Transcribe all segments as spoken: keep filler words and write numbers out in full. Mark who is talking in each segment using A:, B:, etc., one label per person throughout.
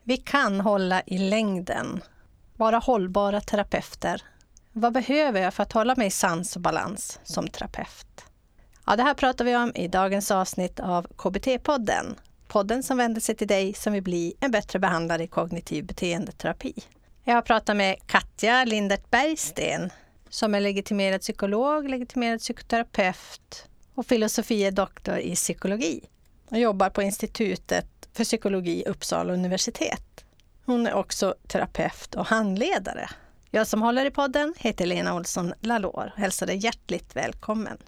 A: Vi kan hålla i längden, vara hållbara terapeuter. Vad behöver jag för att hålla mig i sans och balans som terapeut? Ja, det här pratar vi om i dagens avsnitt av K B T-podden. Podden som vänder sig till dig som vill bli en bättre behandlare i kognitiv beteendeterapi. Jag har pratat med Katja Lindert Bergsten som är legitimerad psykolog, legitimerad psykoterapeut och filosofie-doktor i psykologi. Och jobbar på Institutet för psykologi Uppsala universitet. Hon är också terapeut och handledare. Jag som håller i podden heter Lena Olsson Lalor. Hälsar dig hjärtligt välkommen.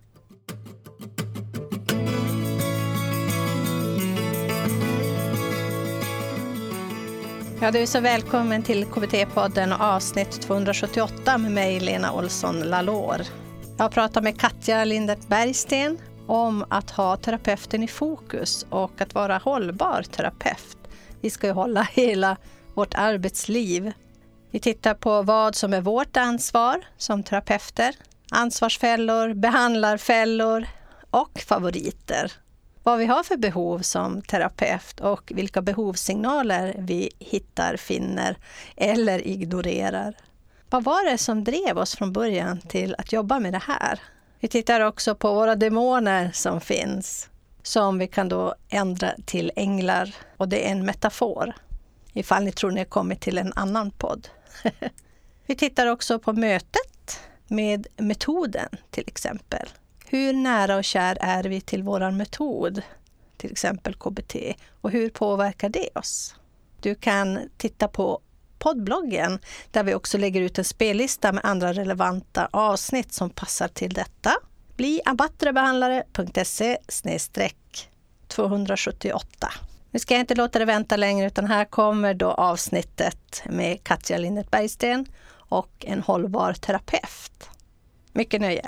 A: Ja, du är så välkommen till K B T-podden och avsnitt tvåhundrasjuttioåtta med mig, Lena Olsson Lalor. Jag har pratat med Katja Lindert Bergsten om att ha terapeuten i fokus och att vara hållbar terapeut. Vi ska ju hålla hela vårt arbetsliv. Vi tittar på vad som är vårt ansvar som terapeuter, ansvarsfällor, behandlarfällor och favoriter. Vad vi har för behov som terapeut och vilka behovssignaler vi hittar, finner eller ignorerar. Vad var det som drev oss från början till att jobba med det här? Vi tittar också på våra demoner som finns, som vi kan då ändra till änglar. Och det är en metafor, ifall ni tror ni har kommit till en annan podd. Vi tittar också på mötet med metoden till exempel. Hur nära och kär är vi till vår metod, till exempel K B T, och hur påverkar det oss? Du kan titta på poddbloggen där vi också lägger ut en spellista med andra relevanta avsnitt som passar till detta. Bli abattrebehandlare punkt se slash tvåhundrasjuttioåtta. Nu ska jag inte låta det vänta längre utan här kommer då avsnittet med Katja Lindert Bergsten och en hållbar terapeut. Mycket nöje!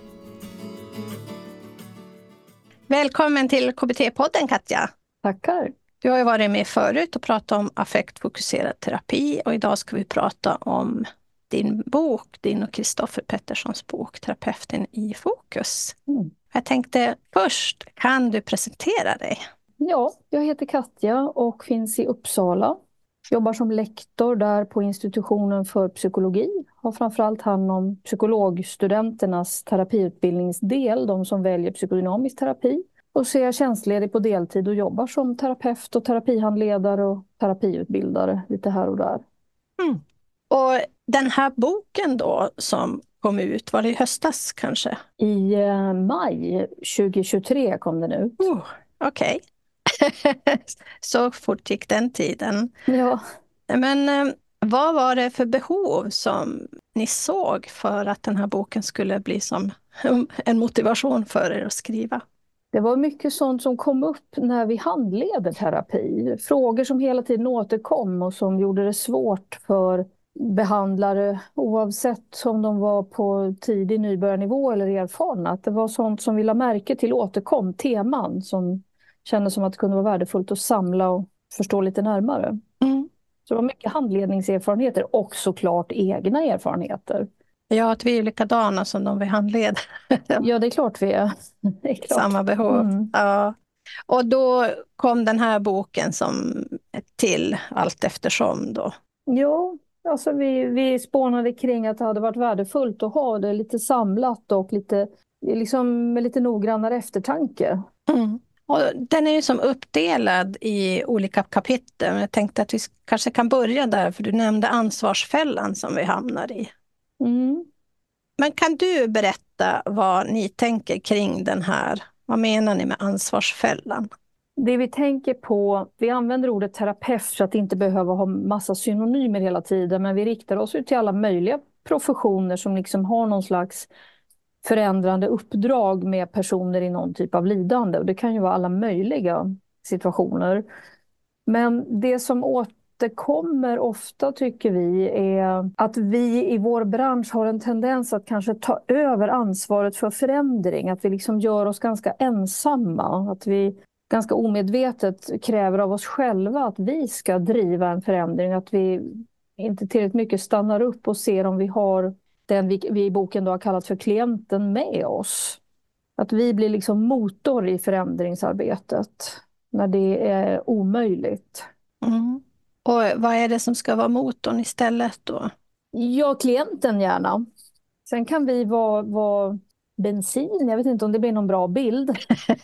A: Välkommen till K B T-podden, Katja.
B: Tackar.
A: Du har ju varit med förut och pratat om affektfokuserad terapi och idag ska vi prata om din bok, din och Kristoffer Petterssons bok, Terapeuten i fokus. Mm. Jag tänkte först, kan du presentera dig?
B: Ja, jag heter Katja och finns i Uppsala. Jobbar som lektor där på institutionen för psykologi. Har framförallt hand om psykologstudenternas terapiutbildningsdel, de som väljer psykodynamisk terapi. Och så är jag tjänstledig på deltid och jobbar som terapeut och terapihandledare och terapiutbildare lite här och där.
A: Mm. Och den här boken då som kom ut, var det i höstas kanske?
B: I eh, maj tjugohundratjugotre kom den ut.
A: Oh, okej. Okay. Så fort gick den tiden.
B: Ja.
A: Men eh, vad var det för behov som ni såg för att den här boken skulle bli som en motivation för er att skriva?
B: Det var mycket sånt som kom upp när vi handleder terapi. Frågor som hela tiden återkom och som gjorde det svårt för behandlare oavsett om de var på tidig nybörjarnivå eller erfarna. Att det var sånt som vi la märke till återkom, teman som kändes som att det kunde vara värdefullt att samla och förstå lite närmare. Mm. Så det var mycket handledningserfarenheter och såklart egna erfarenheter.
A: Ja, att vi är likadana som de vi handleder.
B: Ja, det är klart vi är. Det är klart.
A: Samma behov. Mm. Ja. Och då kom den här boken som till allt eftersom då?
B: Ja, alltså vi, vi spånade kring att det hade varit värdefullt att ha det lite samlat och lite, liksom med lite noggrannare eftertanke.
A: Mm. Och den är ju som uppdelad i olika kapitel. Jag tänkte att vi kanske kan börja där, för du nämnde ansvarsfällan som vi hamnar i.
B: Mm.
A: Men kan du berätta vad ni tänker kring den här? Vad menar ni med ansvarsfällan?
B: Det vi tänker på, vi använder ordet terapeut för att inte behöva ha massa synonymer hela tiden. Men vi riktar oss ut till alla möjliga professioner som liksom har någon slags förändrande uppdrag med personer i någon typ av lidande. Och det kan ju vara alla möjliga situationer. Men det som återkommer ofta tycker vi är att vi i vår bransch har en tendens att kanske ta över ansvaret för förändring. Att vi liksom gör oss ganska ensamma. Att vi ganska omedvetet kräver av oss själva att vi ska driva en förändring. Att vi inte tillräckligt mycket stannar upp och ser om vi har den vi, vi i boken då har kallat för klienten med oss. Att vi blir liksom motor i förändringsarbetet när det är omöjligt.
A: Mm. Och vad är det som ska vara motorn istället då?
B: Ja, klienten gärna. Sen kan vi vara, vara bensin, jag vet inte om det blir någon bra bild.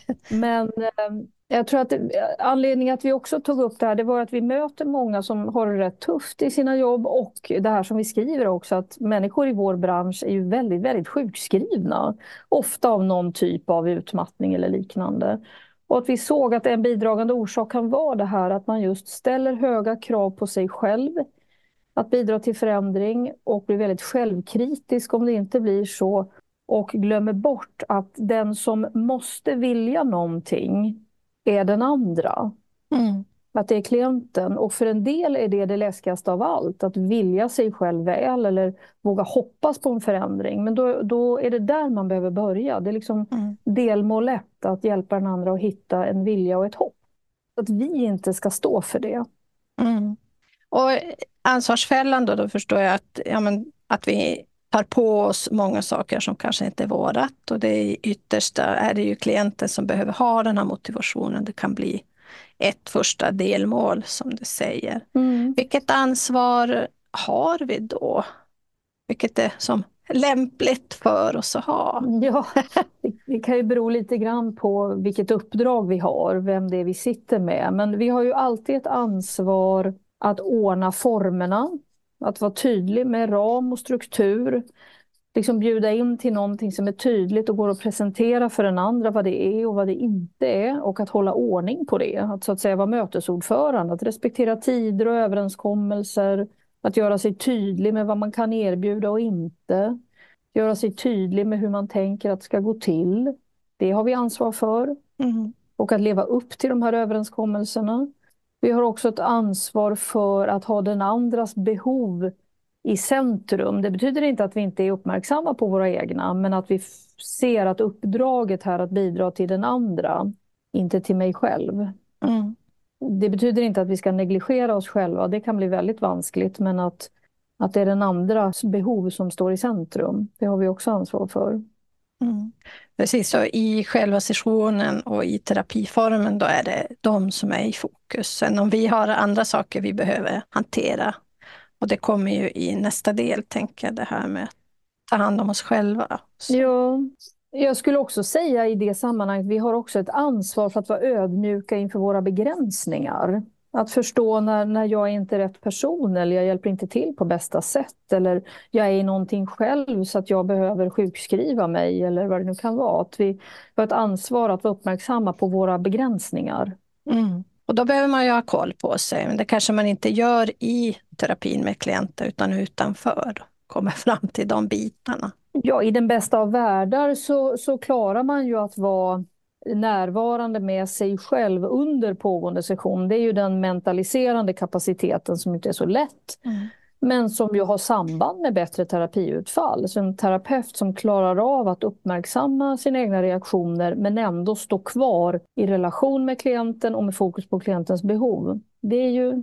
B: Men eh, jag tror att det, anledningen att vi också tog upp det här, det var att vi möter många som har det rätt tufft i sina jobb, och det här som vi skriver också, att människor i vår bransch är ju väldigt, väldigt sjukskrivna. Ofta av någon typ av utmattning eller liknande. Och att vi såg att en bidragande orsak kan vara det här att man just ställer höga krav på sig själv att bidra till förändring och blir väldigt självkritisk om det inte blir så, och glömmer bort att den som måste vilja någonting är den andra.
A: Mm.
B: Att det är klienten. Och för en del är det det läskigaste av allt, att vilja sig själv väl eller våga hoppas på en förändring. Men då, då är det där man behöver börja. Det är liksom
A: Mm.
B: delmål ett, att hjälpa den andra att hitta en vilja och ett hopp. Att vi inte ska stå för det.
A: Mm. Och ansvarsfällan då, då förstår jag att, ja, men, att vi tar på oss många saker som kanske inte är vårat, och det är yttersta är det ju klienten som behöver ha den här motivationen. Det kan bli ett första delmål som du säger.
B: Mm.
A: Vilket ansvar har vi då? Vilket är som lämpligt för oss att ha?
B: Ja, det, det kan ju bero lite grann på vilket uppdrag vi har, vem det är vi sitter med. Men vi har ju alltid ett ansvar att ordna formerna, att vara tydlig med ram och struktur. Liksom bjuda in till någonting som är tydligt och går att presentera för den andra vad det är och vad det inte är. Och att hålla ordning på det, att så att säga vara mötesordförande, att respektera tider och överenskommelser. Att göra sig tydlig med vad man kan erbjuda och inte. Göra sig tydlig med hur man tänker att det ska gå till. Det har vi ansvar för.
A: Mm.
B: Och att leva upp till de här överenskommelserna. Vi har också ett ansvar för att ha den andras behov i centrum. Det betyder inte att vi inte är uppmärksamma på våra egna, men att vi ser att uppdraget här att bidra till den andra, inte till mig själv.
A: Mm.
B: Det betyder inte att vi ska negligera oss själva. Det kan bli väldigt vanskligt, men att, att det är den andras behov som står i centrum. Det har vi också ansvar för.
A: Mm. Precis, så i själva sessionen och i terapiformen då är det de som är i fokus. Sen om vi har andra saker vi behöver hantera, och det kommer ju i nästa del, tänker jag, det här med att ta hand om oss själva. Så.
B: Ja, jag skulle också säga i det sammanhanget, vi har också ett ansvar för att vara ödmjuka inför våra begränsningar. Att förstå när, när jag är inte rätt person, eller jag hjälper inte till på bästa sätt, eller jag är i någonting själv så att jag behöver sjukskriva mig, eller vad det nu kan vara. Att vi har ett ansvar att vara uppmärksamma på våra begränsningar.
A: Mm. Och då behöver man ju ha koll på sig, men det kanske man inte gör i terapin med klienter utan utanför. Kommer fram till de bitarna.
B: Ja, i den bästa av världar så, så klarar man ju att vara närvarande med sig själv under pågående session. Det är ju den mentaliserande kapaciteten som inte är så lätt. Mm. Men som ju har samband med bättre terapiutfall. Så en terapeut som klarar av att uppmärksamma sina egna reaktioner men ändå stå kvar i relation med klienten och med fokus på klientens behov. Det är ju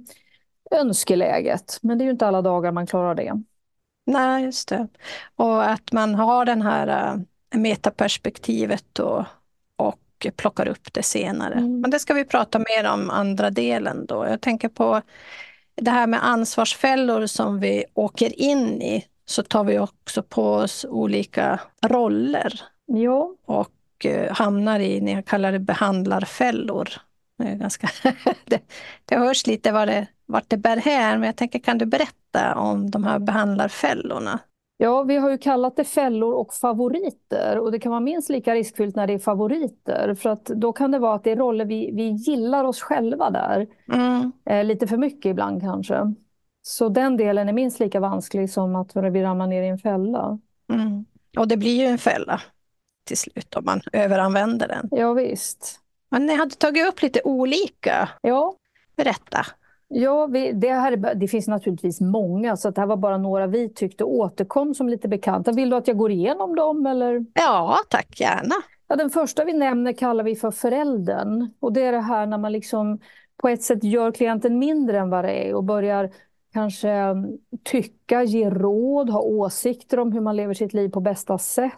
B: önskeläget, men det är ju inte alla dagar man klarar det.
A: Nej, just det. Och att man har den här äh, metaperspektivet och, och plockar upp det senare. Mm. Men det ska vi prata mer om andra delen då. Jag tänker på det här med ansvarsfällor som vi åker in i, så tar vi också på oss olika roller.
B: Ja.
A: Och äh, hamnar i, när jag kallar det behandlarfällor. Det, är ganska det, det hörs lite vad det, vart det bär här, men jag tänker, kan du berätta om de här behandlarfällorna?
B: Ja, vi har ju kallat det fällor och favoriter, och det kan vara minst lika riskfyllt när det är favoriter, för att då kan det vara att det är roller vi, vi gillar oss själva där. Mm. Eh, lite för mycket ibland kanske. Så den delen är minst lika vansklig som att vi ramlar ner i en fälla.
A: Mm. Och det blir ju en fälla till slut om man överanvänder den.
B: Ja, visst.
A: Men ni hade tagit upp lite olika.
B: Ja.
A: Berätta.
B: Ja, vi, det, här, det finns naturligtvis många, så att det här var bara några vi tyckte återkom som lite bekanta. Vill du att jag går igenom dem? Eller?
A: Ja, tack, gärna.
B: Ja, den första vi nämner kallar vi för föräldern. Och det är det här när man liksom på ett sätt gör klienten mindre än vad det är och börjar kanske tycka, ge råd, ha åsikter om hur man lever sitt liv på bästa sätt.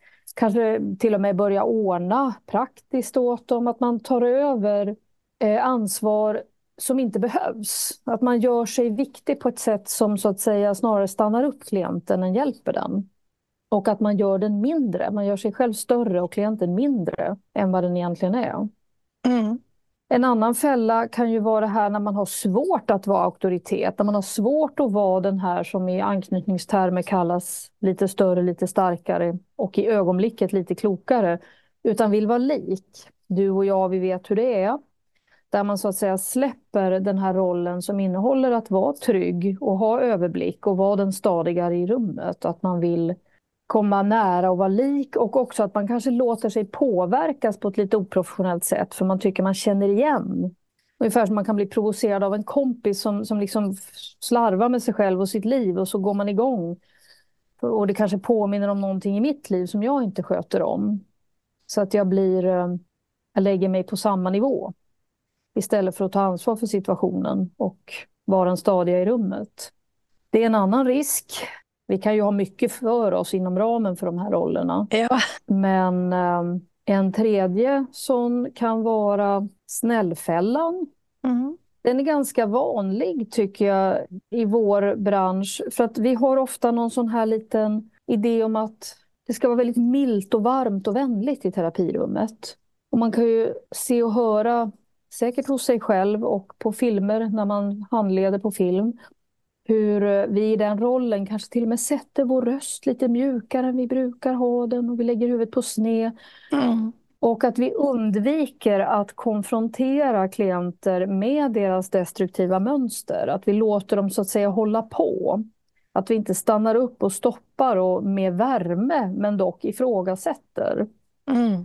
B: Kanske till och med börja ordna praktiskt åt dem, att man tar över eh, ansvar som inte behövs. Att man gör sig viktig på ett sätt som så att säga snarare stannar upp klienten än hjälper den. Och att man gör den mindre. Man gör sig själv större och klienten mindre än vad den egentligen är.
A: Mm.
B: En annan fälla kan ju vara det här när man har svårt att vara auktoritet. När man har svårt att vara den här som i anknytningstermer kallas lite större, lite starkare och i ögonblicket lite klokare. Utan vill vara lik. Du och jag, vi vet hur det är. Där man så att säga släpper den här rollen som innehåller att vara trygg och ha överblick och vara den stadigare i rummet. Att man vill komma nära och vara lik, och också att man kanske låter sig påverkas på ett lite oprofessionellt sätt för man tycker man känner igen. Ungefär som man kan bli provocerad av en kompis som, som liksom slarvar med sig själv och sitt liv, och så går man igång. Och det kanske påminner om någonting i mitt liv som jag inte sköter om. Så att jag blir, jag lägger mig på samma nivå istället för att ta ansvar för situationen och vara den stadiga i rummet. Det är en annan risk. Vi kan ju ha mycket för oss inom ramen för de här rollerna.
A: Ja.
B: Men eh, en tredje som kan vara snällfällan.
A: Mm.
B: Den är ganska vanlig tycker jag i vår bransch. För att vi har ofta någon sån här liten idé om att det ska vara väldigt milt och varmt och vänligt i terapirummet. Och man kan ju se och höra, säkert hos sig själv och på filmer när man handleder på film, hur vi i den rollen kanske till och med sätter vår röst lite mjukare än vi brukar ha den, och vi lägger huvudet på sned.
A: Mm.
B: Och att vi undviker att konfrontera klienter med deras destruktiva mönster. Att vi låter dem så att säga hålla på. Att vi inte stannar upp och stoppar och med värme men dock ifrågasätter.
A: Mm.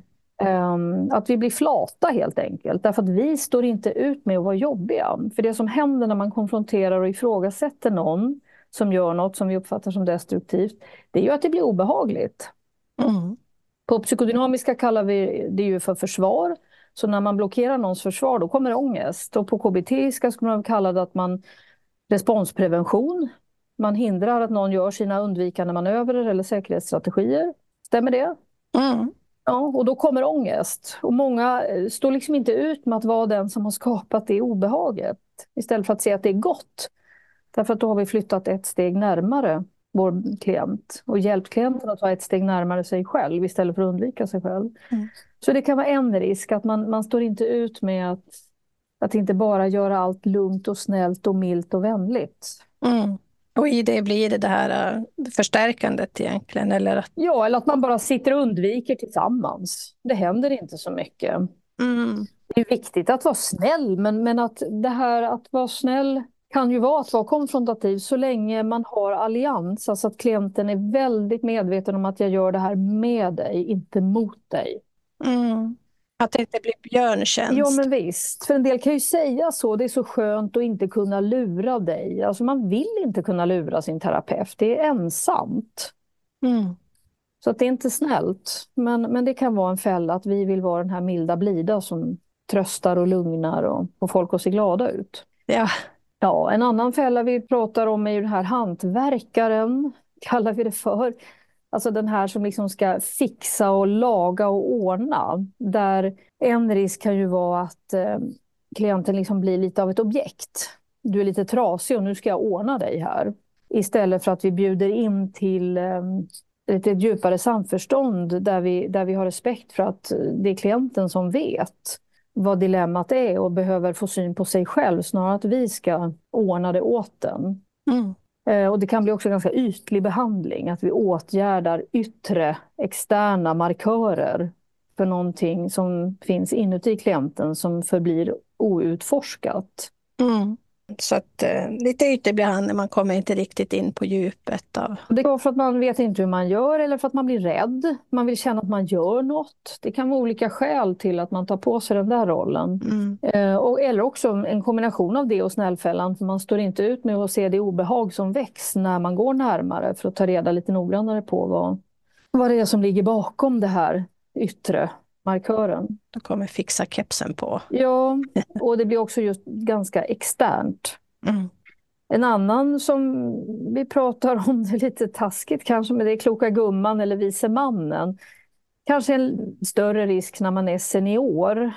B: Um, att vi blir flata helt enkelt. Därför att vi står inte ut med att vara jobbiga. För det som händer när man konfronterar och ifrågasätter någon som gör något som vi uppfattar som destruktivt, det är ju att det blir obehagligt.
A: Mm.
B: På psykodynamiska kallar vi det ju för försvar. Så när man blockerar någons försvar, då kommer det ångest. Och på K B T ska man kalla det att man responsprevention. Man hindrar att någon gör sina undvikande manövrer eller säkerhetsstrategier. Stämmer det?
A: Mm.
B: Ja, och då kommer ångest. Och många står liksom inte ut med att vara den som har skapat det obehaget. Istället för att se att det är gott. Därför att då har vi flyttat ett steg närmare vår klient. Och hjälpt klienten att ta ett steg närmare sig själv istället för att undvika sig själv.
A: Mm.
B: Så det kan vara en risk att man, man står inte ut med att, att inte bara göra allt lugnt och snällt och milt och vänligt.
A: Mm. Och i det blir det det här uh, förstärkandet egentligen? Eller att...
B: Ja, eller att man bara sitter och undviker tillsammans. Det händer inte så mycket.
A: Mm.
B: Det är viktigt att vara snäll, men, men att det här att vara snäll kan ju vara att vara konfrontativ så länge man har allians. Alltså att klienten är väldigt medveten om att jag gör det här med dig, inte mot dig.
A: Mm. Att det inte blir björntjänst.
B: Ja, men visst. För en del kan ju säga så. Det är så skönt att inte kunna lura dig. Alltså man vill inte kunna lura sin terapeut. Det är ensamt.
A: Mm.
B: Så att det är inte snällt. Men, men det kan vara en fälla att vi vill vara den här milda blida som tröstar och lugnar och får folk att se glada ut.
A: Ja.
B: Ja, en annan fälla vi pratar om är ju den här hantverkaren, kallar vi det för. Alltså den här som liksom ska fixa och laga och ordna. Där en risk kan ju vara att eh, klienten liksom blir lite av ett objekt. Du är lite trasig och nu ska jag ordna dig här. Istället för att vi bjuder in till eh, ett, ett djupare samförstånd där vi, där vi har respekt för att det är klienten som vet vad dilemmat är och behöver få syn på sig själv snarare att vi ska ordna det åt den.
A: Mm.
B: Eh, och det kan bli också ganska ytlig behandling, att vi åtgärdar yttre, externa markörer för någonting som finns inuti klienten som förblir outforskat.
A: Mm. Så att eh, lite ytlig blir han när man kommer inte riktigt in på djupet av...
B: Det kan vara för att man vet inte hur man gör eller för att man blir rädd. Man vill känna att man gör något. Det kan vara olika skäl till att man tar på sig den där rollen.
A: Mm.
B: Eh, och, eller också en kombination av det och snällfällan. För man står inte ut med att se det obehag som väcks när man går närmare för att ta reda lite noggrannare på vad, vad det är som ligger bakom det här yttre markören.
A: Då kommer fixa kepsen på.
B: Ja, och det blir också just ganska externt.
A: Mm.
B: En annan som vi pratar om, det är lite taskigt kanske, men det är kloka gumman eller vise mannen. Kanske en större risk när man är senior.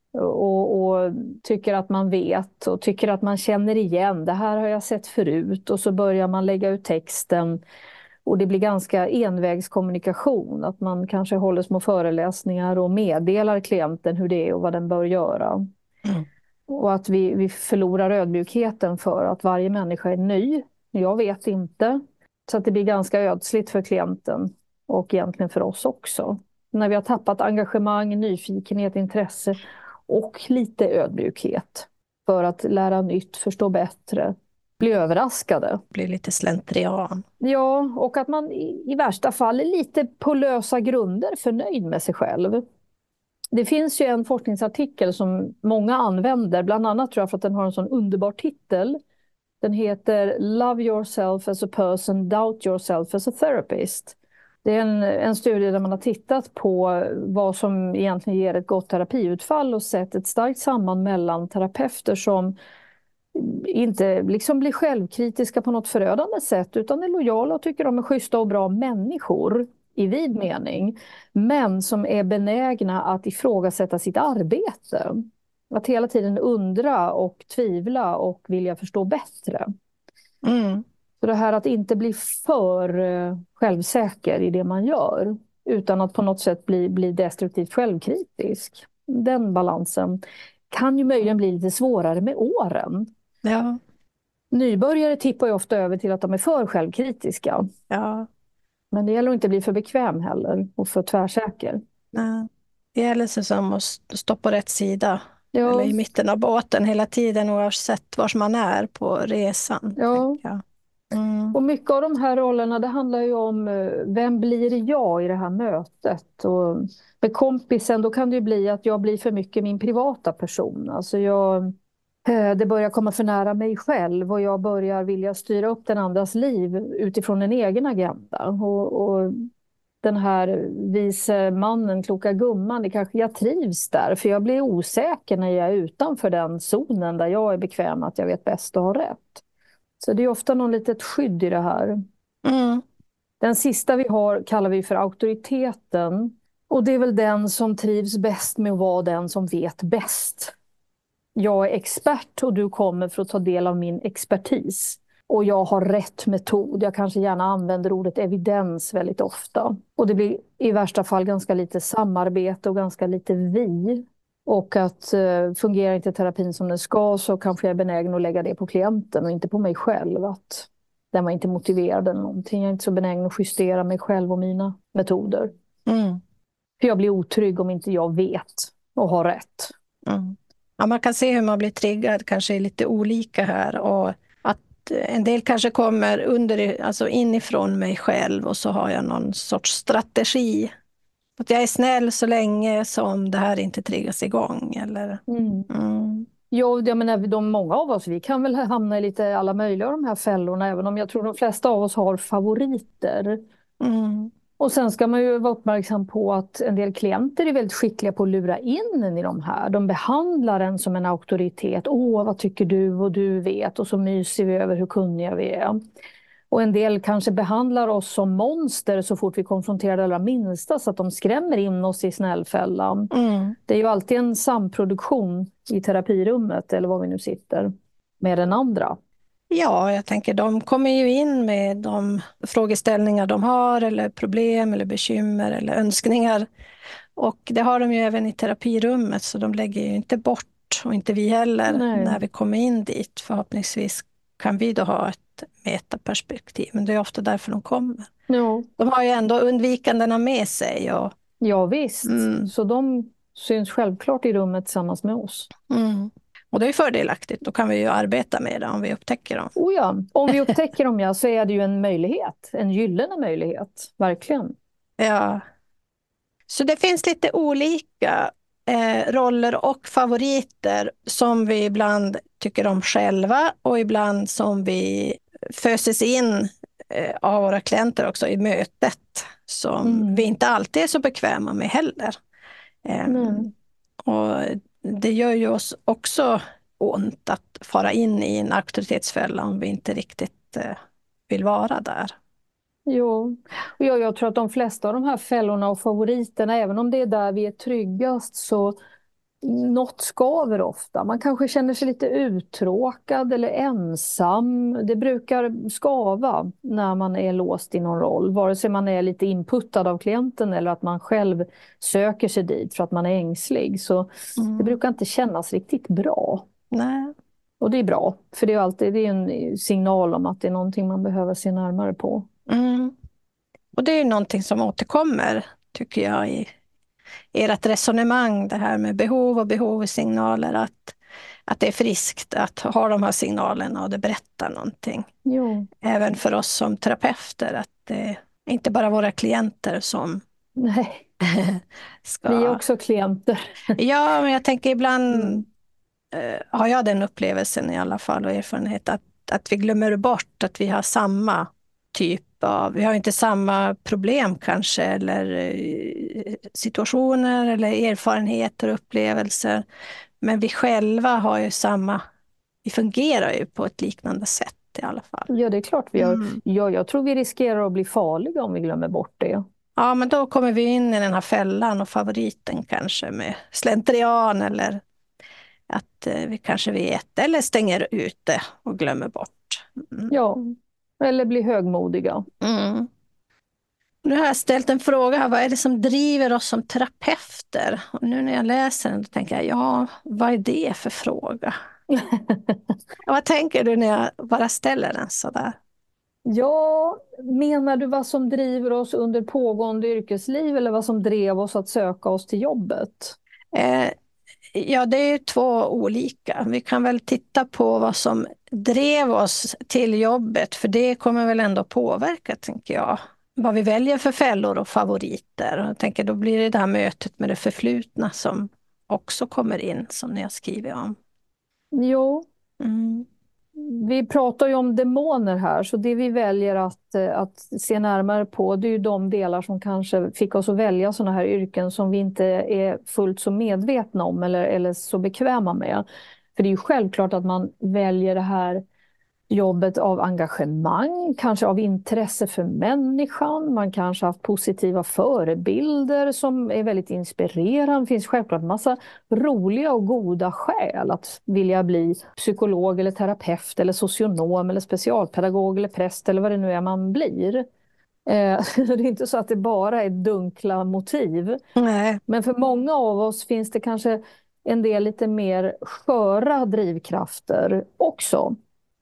B: och, och tycker att man vet och tycker att man känner igen. Det här har jag sett förut, och så börjar man lägga ut texten. Och det blir ganska envägskommunikation, att man kanske håller små föreläsningar och meddelar klienten hur det är och vad den bör göra.
A: Mm.
B: Och att vi, vi förlorar ödmjukheten för att varje människa är ny. Jag vet inte. Så att det blir ganska ödsligt för klienten och egentligen för oss också. När vi har tappat engagemang, nyfikenhet, intresse och lite ödmjukhet för att lära nytt, förstå bättre, bli överraskade.
A: Blir lite slentrian.
B: Ja, och att man i, i värsta fall är lite på lösa grunder förnöjd med sig själv. Det finns ju en forskningsartikel som många använder, bland annat tror jag för att den har en sån underbar titel. Den heter Love yourself as a person, doubt yourself as a therapist. Det är en, en studie där man har tittat på vad som egentligen ger ett gott terapiutfall och sett ett starkt samband mellan terapeuter som inte liksom blir självkritiska på något förödande sätt, utan är lojala och tycker de är schyssta och bra människor i vid mening, men som är benägna att ifrågasätta sitt arbete. Att hela tiden undra och tvivla och vilja förstå bättre.
A: Mm.
B: Så det här att inte bli för självsäker i det man gör, utan att på något sätt bli, bli destruktivt självkritisk. Den balansen kan ju möjligen bli lite svårare med åren.
A: Ja.
B: Nybörjare tippar ju ofta över till att de är för självkritiska.
A: Ja.
B: Men det gäller att inte bli för bekväm heller och för tvärsäker.
A: Nej. Det gäller sig som att stå på rätt sida.
B: Ja.
A: Eller i mitten av båten hela tiden, oavsett var man är på resan.
B: Ja.
A: Jag. Mm.
B: Och mycket av de här rollerna, det handlar ju om vem blir jag i det här mötet. Och med kompisen då kan det ju bli att jag blir för mycket min privata person. Alltså jag, det börjar komma för nära mig själv och jag börjar vilja styra upp den andras liv utifrån en egen agenda. Och, och den här vise mannen, kloka gumman, det kanske jag trivs där. För jag blir osäker när jag är utanför den zonen där jag är bekväm att jag vet bäst och har rätt. Så det är ofta någon litet skydd i det här.
A: Mm.
B: Den sista vi har kallar vi för auktoriteten. Och det är väl den som trivs bäst med att vara den som vet bäst. Jag är expert och du kommer för att ta del av min expertis. Och jag har rätt metod. Jag kanske gärna använder ordet evidens väldigt ofta. Och det blir i värsta fall ganska lite samarbete och ganska lite vi. Och att eh, fungerar inte terapin som den ska, så kanske jag är benägen att lägga det på klienten och inte på mig själv. Att den var inte motiverad eller någonting. Jag är inte så benägen att justera mig själv och mina metoder.
A: Mm.
B: För jag blir otrygg om inte jag vet och har rätt.
A: Mm. Ja, man kan se hur man blir triggad, kanske är lite olika här. Och att en del kanske kommer under, alltså inifrån mig själv, och så har jag någon sorts strategi. Att jag är snäll så länge som det här inte triggas igång. Eller?
B: Mm.
A: Mm.
B: Jo, jag menar, de, många av oss, vi kan väl hamna i lite alla möjliga av de här fällorna, även om jag tror de flesta av oss har favoriter.
A: Mm.
B: Och sen ska man ju vara uppmärksam på att en del klienter är väldigt skickliga på att lura in en i de här. De behandlar en som en auktoritet. Åh, vad tycker du och du vet? Och så myser vi över hur kunniga vi är. Och en del kanske behandlar oss som monster så fort vi konfronterar det allra minsta, så att de skrämmer in oss i snällfällan.
A: Mm.
B: Det är ju alltid en samproduktion i terapirummet, eller var vi nu sitter, med den andra.
A: Ja, jag tänker de kommer ju in med de frågeställningar de har, eller problem eller bekymmer eller önskningar. Och det har de ju även i terapirummet, så de lägger ju inte bort, och inte vi heller. Nej. När vi kommer in dit. Förhoppningsvis kan vi då ha ett metaperspektiv, men det är ofta därför de kommer.
B: Ja.
A: De har ju ändå undvikandena med sig. Och...
B: Ja visst,
A: mm.
B: så de syns självklart i rummet tillsammans med oss.
A: Mm. Och det är fördelaktigt, då kan vi ju arbeta med det om vi upptäcker dem.
B: Oh ja, om vi upptäcker dem ja, så är det ju en möjlighet, en gyllene möjlighet, verkligen.
A: Ja. Så det finns lite olika eh, roller och favoriter som vi ibland tycker om själva, och ibland som vi föses in eh, av våra klienter också i mötet, som mm. vi inte alltid är så bekväma med heller. Eh,
B: mm.
A: Och det gör ju oss också ont att fara in i en auktoritetsfälla om vi inte riktigt eh, vill vara där.
B: Jo, och jag, jag tror att de flesta av de här fällorna och favoriterna, även om det är där vi är tryggast, så något skaver ofta. Man kanske känner sig lite uttråkad eller ensam. Det brukar skava när man är låst i någon roll. Vare sig man är lite inputtad av klienten eller att man själv söker sig dit för att man är ängslig. Så det
A: Mm.
B: brukar inte kännas riktigt bra.
A: Nej.
B: Och det är bra, för det är alltid det är en signal om att det är någonting man behöver se närmare på.
A: Mm. Och det är någonting som återkommer, tycker jag, i ert resonemang, det här med behov och behovssignaler, att, att det är friskt att ha de här signalerna och det berättar någonting.
B: Jo.
A: Även för oss som terapeuter, att det är inte bara våra klienter som
B: Nej,
A: ska...
B: vi är också klienter.
A: Ja, men jag tänker ibland
B: Mm.
A: eh, har jag den upplevelsen i alla fall och erfarenhet att, att vi glömmer bort att vi har samma typ av, vi har inte samma problem kanske eller eh, situationer eller erfarenheter och upplevelser, men vi själva har ju samma, vi fungerar ju på ett liknande sätt i alla fall.
B: Ja, det är klart vi gör.
A: Mm.
B: Ja, jag tror vi riskerar att bli farliga om vi glömmer bort det.
A: Ja, men då kommer vi in i den här fällan och favoriten kanske med slentrian eller att eh, vi kanske vet eller stänger ute och glömmer bort. Mm.
B: Ja, eller bli högmodiga.
A: Mm. Nu har jag ställt en fråga här, vad är det som driver oss som terapeuter? Och nu när jag läser den då tänker jag, ja, vad är det för fråga? Vad tänker du när jag bara ställer den sådär?
B: Ja, menar du vad som driver oss under pågående yrkesliv eller vad som drev oss att söka oss till jobbet?
A: Eh, ja, det är ju två olika. Vi kan väl titta på vad som drev oss till jobbet, för det kommer väl ändå påverka, tänker jag. Vad vi väljer för fällor och favoriter. Och jag tänker, då blir det det här mötet med det förflutna som också kommer in, som ni har skrivit om.
B: Jo,
A: Mm.
B: vi pratar ju om demoner här, så det vi väljer att, eh, att se närmare på, det är ju de delar som kanske fick oss att välja sådana här yrken som vi inte är fullt så medvetna om eller, eller så bekväma med. För det är ju självklart att man väljer det här jobbet av engagemang, kanske av intresse för människan. Man kanske har haft positiva förebilder som är väldigt inspirerande. Det finns självklart massa roliga och goda skäl att vilja bli psykolog eller terapeut eller socionom eller specialpedagog eller präst eller vad det nu är man blir. Eh, det är inte så att det bara är dunkla motiv.
A: Nej.
B: Men för många av oss finns det kanske en del lite mer sköra drivkrafter också.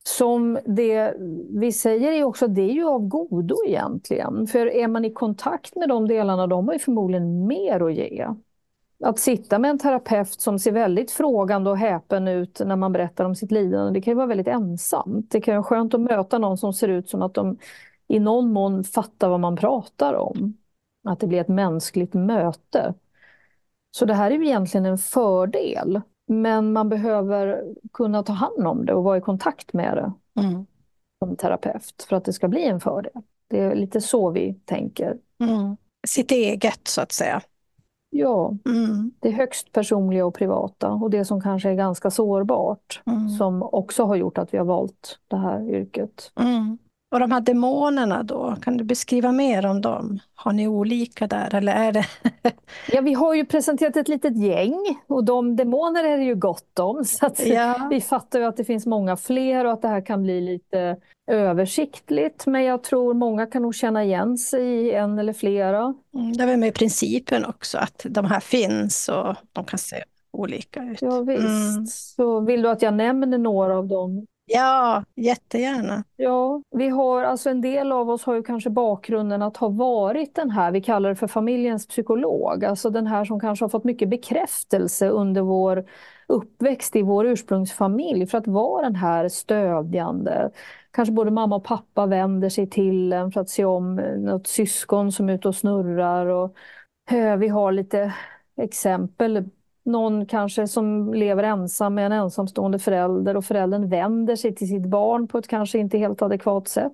B: Som det vi säger är också, det är ju av godo egentligen. För är man i kontakt med de delarna, de har ju förmodligen mer att ge. Att sitta med en terapeut som ser väldigt frågande och häpen ut när man berättar om sitt lidande, det kan ju vara väldigt ensamt. Det kan ju vara skönt att möta någon som ser ut som att de i någon mån fattar vad man pratar om. Att det blir ett mänskligt möte. Så det här är ju egentligen en fördel. Men man behöver kunna ta hand om det och vara i kontakt med det
A: Mm.
B: som terapeut för att det ska bli en fördel. Det är lite så vi tänker.
A: Mm. Sitt eget, så att säga.
B: Ja,
A: Mm.
B: det är högst personliga och privata och det som kanske är ganska sårbart
A: Mm.
B: som också har gjort att vi har valt det här yrket.
A: Mm. Och de här demonerna då, kan du beskriva mer om dem? Har ni olika där eller är det?
B: Ja, vi har ju presenterat ett litet gäng och de demoner är det ju gott om. Så att
A: Ja.
B: vi fattar ju att det finns många fler och att det här kan bli lite översiktligt. Men jag tror många kan nog känna igen sig i en eller flera.
A: Mm, det är väl med principen också, att de här finns och de kan se olika ut.
B: Ja visst.
A: Mm.
B: Så vill du att jag nämner några av dem?
A: Ja, jättegärna.
B: Ja, vi har alltså en del av oss har ju kanske bakgrunden att ha varit den här, vi kallar det för familjens psykolog, alltså den här som kanske har fått mycket bekräftelse under vår uppväxt i vår ursprungsfamilj för att vara den här stödjande. Kanske både mamma och pappa vänder sig till en för att se om något syskon som är ute och snurrar och eh, vi har lite exempel. Någon kanske som lever ensam med en ensamstående förälder och föräldern vänder sig till sitt barn på ett kanske inte helt adekvat sätt.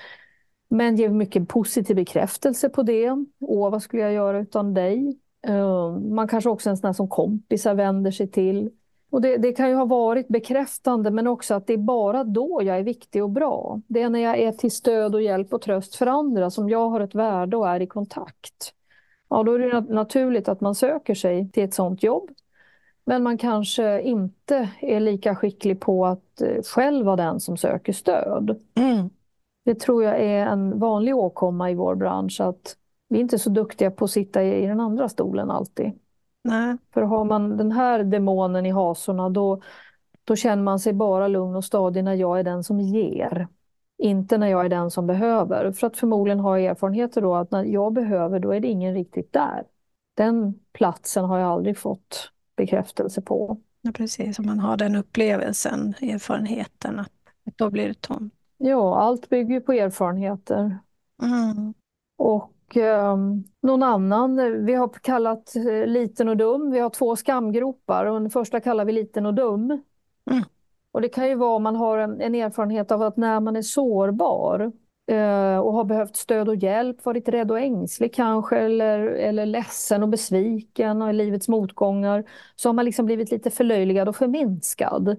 B: Men ger mycket positiv bekräftelse på det. Åh, vad skulle jag göra utan dig? Man kanske också är en sån här som kompisar vänder sig till. Och det, det kan ju ha varit bekräftande men också att det är bara då jag är viktig och bra. Det är när jag är till stöd och hjälp och tröst för andra som jag har ett värde och är i kontakt. Ja, då är det naturligt att man söker sig till ett sånt jobb. Men man kanske inte är lika skicklig på att eh, själv vara den som söker stöd.
A: Mm.
B: Det tror jag är en vanlig åkomma i vår bransch, att vi är inte så duktiga på att sitta i, i den andra stolen alltid.
A: Nej.
B: För har man den här demonen i hasorna, då, då känner man sig bara lugn och stadig när jag är den som ger. Inte när jag är den som behöver. För att förmodligen ha erfarenheter då att när jag behöver, då är det ingen riktigt där. Den platsen har jag aldrig fått bekräftelse på.
A: Ja, precis. Om man har den upplevelsen, erfarenheten, att då blir det tomt.
B: Ja, allt bygger ju på erfarenheter.
A: Mm.
B: Och eh, någon annan, vi har kallat eh, liten och dum. Vi har två skamgropar och den första kallar vi liten och dum.
A: Mm.
B: Och det kan ju vara om man har en, en erfarenhet av att när man är sårbar eh, och har behövt stöd och hjälp, varit rädd och ängslig kanske, eller, eller ledsen och besviken och i livets motgångar, så har man liksom blivit lite förlöjligad och förminskad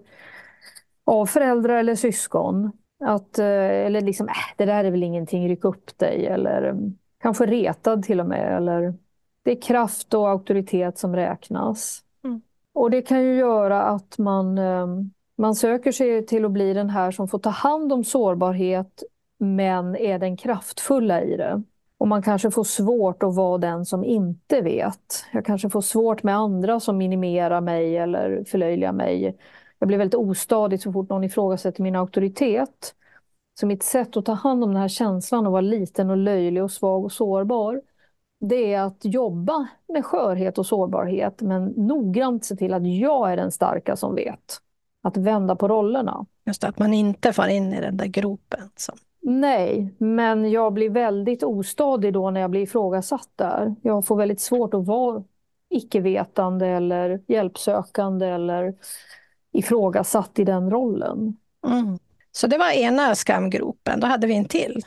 B: av föräldrar eller syskon. Att, eh, eller liksom, äh, det där är väl ingenting, ryck upp dig. Eller eh, kanske retad till och med. Eller, det är kraft och auktoritet som räknas.
A: Mm.
B: Och det kan ju göra att man, eh, man söker sig till att bli den här som får ta hand om sårbarhet, men är den kraftfulla i det. Och man kanske får svårt att vara den som inte vet. Jag kanske får svårt med andra som minimerar mig eller förlöjligar mig. Jag blir väldigt ostadig så fort någon ifrågasätter min auktoritet. Så mitt sätt att ta hand om den här känslan och vara liten och löjlig och svag och sårbar, det är att jobba med skörhet och sårbarhet, men noggrant se till att jag är den starka som vet. Att vända på rollerna.
A: Just att man inte far in i den där gropen. Som...
B: Nej, men jag blir väldigt ostadig då när jag blir ifrågasatt där. Jag får väldigt svårt att vara icke-vetande eller hjälpsökande eller ifrågasatt i den rollen.
A: Mm. Så det var ena skamgropen, då hade vi en till.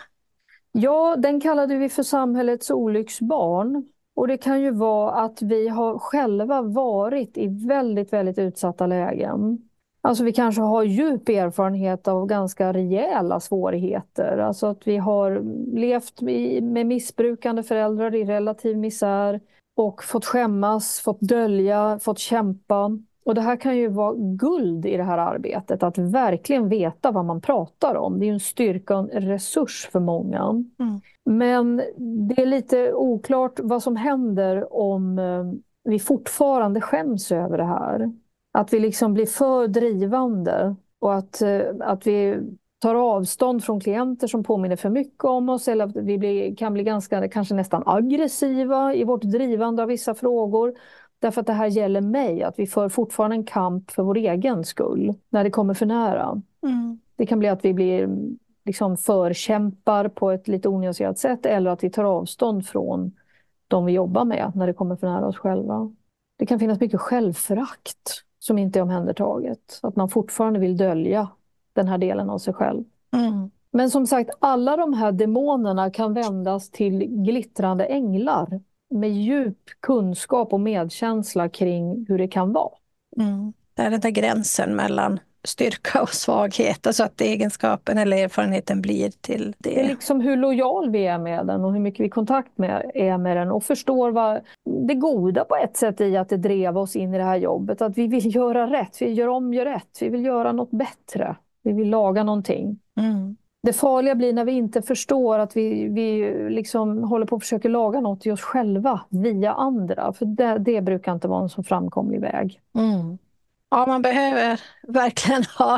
B: Ja, den kallade vi för samhällets olycksbarn. Och det kan ju vara att vi har själva varit i väldigt, väldigt utsatta lägen. Alltså vi kanske har djup erfarenhet av ganska rejäla svårigheter. Alltså att vi har levt med missbrukande föräldrar i relativ misär och fått skämmas, fått dölja, fått kämpa. Och det här kan ju vara guld i det här arbetet, att verkligen veta vad man pratar om. Det är ju en styrka och en resurs för många.
A: Mm.
B: Men det är lite oklart vad som händer om vi fortfarande skäms över det här. Att vi liksom blir för drivande och att, att vi tar avstånd från klienter som påminner för mycket om oss, eller att vi blir, kan bli ganska, kanske nästan aggressiva i vårt drivande av vissa frågor. Därför att det här gäller mig, att vi för fortfarande en kamp för vår egen skull när det kommer för nära.
A: Mm.
B: Det kan bli att vi blir liksom förkämpar på ett lite onyanserat sätt, eller att vi tar avstånd från de vi jobbar med när det kommer för nära oss själva. Det kan finnas mycket självförakt som inte är omhändertaget. Att man fortfarande vill dölja den här delen av sig själv.
A: Mm.
B: Men som sagt, alla de här demonerna kan vändas till glittrande änglar med djup kunskap och medkänsla kring hur det kan vara.
A: Mm. Det är den där gränsen mellan styrka och svaghet, alltså att egenskapen eller erfarenheten blir till det.
B: Det är liksom hur lojal vi är med den och hur mycket vi i kontakt med, är med den och förstår vad det goda på ett sätt i att det drev oss in i det här jobbet. Att vi vill göra rätt, vi gör om, gör rätt, vi vill göra något bättre, vi vill laga någonting.
A: Mm.
B: Det farliga blir när vi inte förstår att vi, vi liksom håller på att försöka laga något i oss själva via andra. För det, det brukar inte vara en så framkomlig väg.
A: Mm. Ja, man behöver verkligen ha